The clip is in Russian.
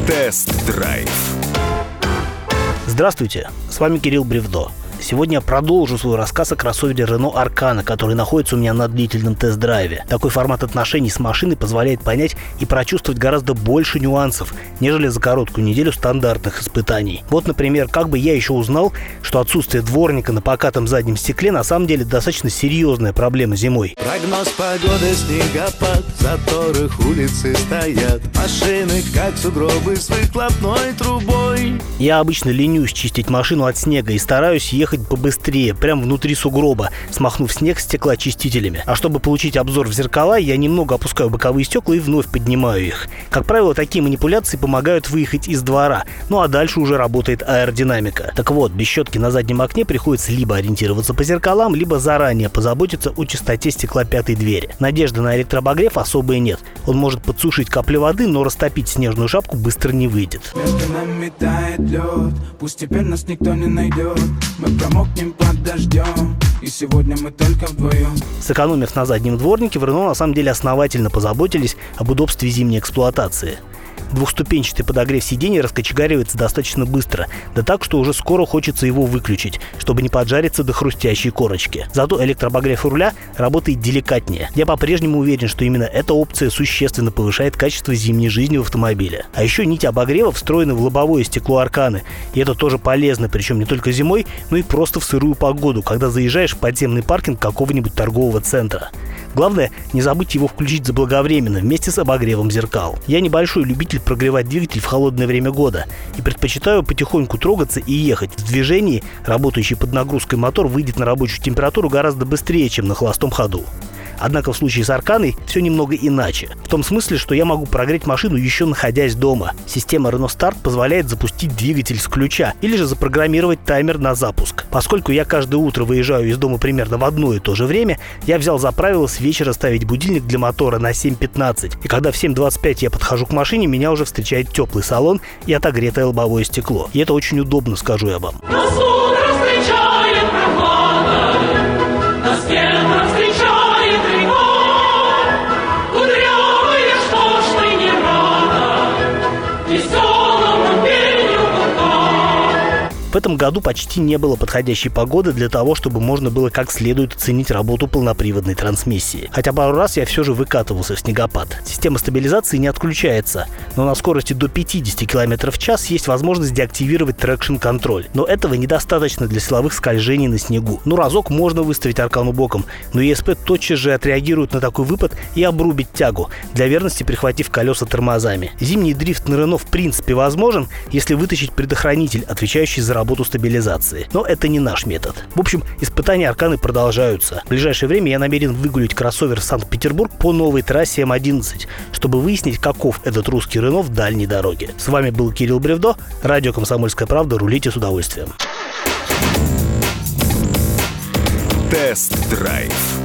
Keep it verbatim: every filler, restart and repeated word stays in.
Тест-драйв. Здравствуйте, с вами Кирилл Бревдо. Сегодня я продолжу свой рассказ о кроссовере Renault Arkana, который находится у меня на длительном тест-драйве. Такой формат отношений с машиной позволяет понять и прочувствовать гораздо больше нюансов, нежели за короткую неделю стандартных испытаний. Вот, например, как бы я еще узнал, что отсутствие дворника на покатом заднем стекле на самом деле достаточно серьезная проблема зимой. Прогноз погоды, снегопад, в заторах улицы стоят машины, как сугробы с выхлопной трубой. Я обычно ленюсь чистить машину от снега и стараюсь ехать побыстрее, прямо внутри сугроба, смахнув снег с стеклоочистителями. А чтобы получить обзор в зеркала, я немного опускаю боковые стекла и вновь поднимаю их. Как правило, такие манипуляции помогают выехать из двора, ну а дальше уже работает аэродинамика. Так вот, без щетки на заднем окне приходится либо ориентироваться по зеркалам, либо заранее позаботиться о чистоте стекла пятой двери. Надежды на электрообогрев особой нет. Он может подсушить капли воды, но растопить снежную шапку быстро не выйдет. Между нами тает лед, пусть теперь нас никто не найдет. Мы промокнем под дождем, и сегодня мы только вдвоем. Сэкономив на заднем дворнике, в Renault на самом деле основательно позаботились об удобстве зимней эксплуатации. Двухступенчатый подогрев сидений раскочегаривается достаточно быстро, да так, что уже скоро хочется его выключить, чтобы не поджариться до хрустящей корочки. Зато электрообогрев руля работает деликатнее. Я по-прежнему уверен, что именно эта опция существенно повышает качество зимней жизни в автомобиле. А еще нить обогрева встроена в лобовое стекло Арканы, и это тоже полезно, причем не только зимой, но и просто в сырую погоду, когда заезжаешь в подземный паркинг какого-нибудь торгового центра. Главное, не забудьте его включить заблаговременно вместе с обогревом зеркал. Я небольшой любитель прогревать двигатель в холодное время года и предпочитаю потихоньку трогаться и ехать. В движении работающий под нагрузкой мотор выйдет на рабочую температуру гораздо быстрее, чем на холостом ходу. Однако в случае с Арканой все немного иначе. В том смысле, что я могу прогреть машину еще находясь дома. Система Renault Start позволяет запустить двигатель с ключа или же запрограммировать таймер на запуск. Поскольку я каждое утро выезжаю из дома примерно в одно и то же время, я взял за правило с вечера ставить будильник для мотора на семь пятнадцать. И когда в семь двадцать пять я подхожу к машине, меня уже встречает теплый салон и отогретое лобовое стекло. И это очень удобно, скажу я вам. В этом году почти не было подходящей погоды для того, чтобы можно было как следует оценить работу полноприводной трансмиссии. Хотя пару раз я все же выкатывался в снегопад. Система стабилизации не отключается, но на скорости до пятьдесят километров в час есть возможность деактивировать трекшн-контроль. Но этого недостаточно для силовых скольжений на снегу. Ну, разок можно выставить Аркану боком, но и эс пи тотчас же отреагирует на такой выпад и обрубит тягу, для верности прихватив колеса тормозами. Зимний дрифт на Renault в принципе возможен, если вытащить предохранитель, отвечающий за работу работу стабилизации. Но это не наш метод. В общем, испытания Арканы продолжаются. В ближайшее время я намерен выгулять кроссовер в Санкт-Петербург по новой трассе эм одиннадцать, чтобы выяснить, каков этот русский Renault в дальней дороге. С вами был Кирилл Бревдо, радио «Комсомольская правда». Рулите с удовольствием. Тест-драйв.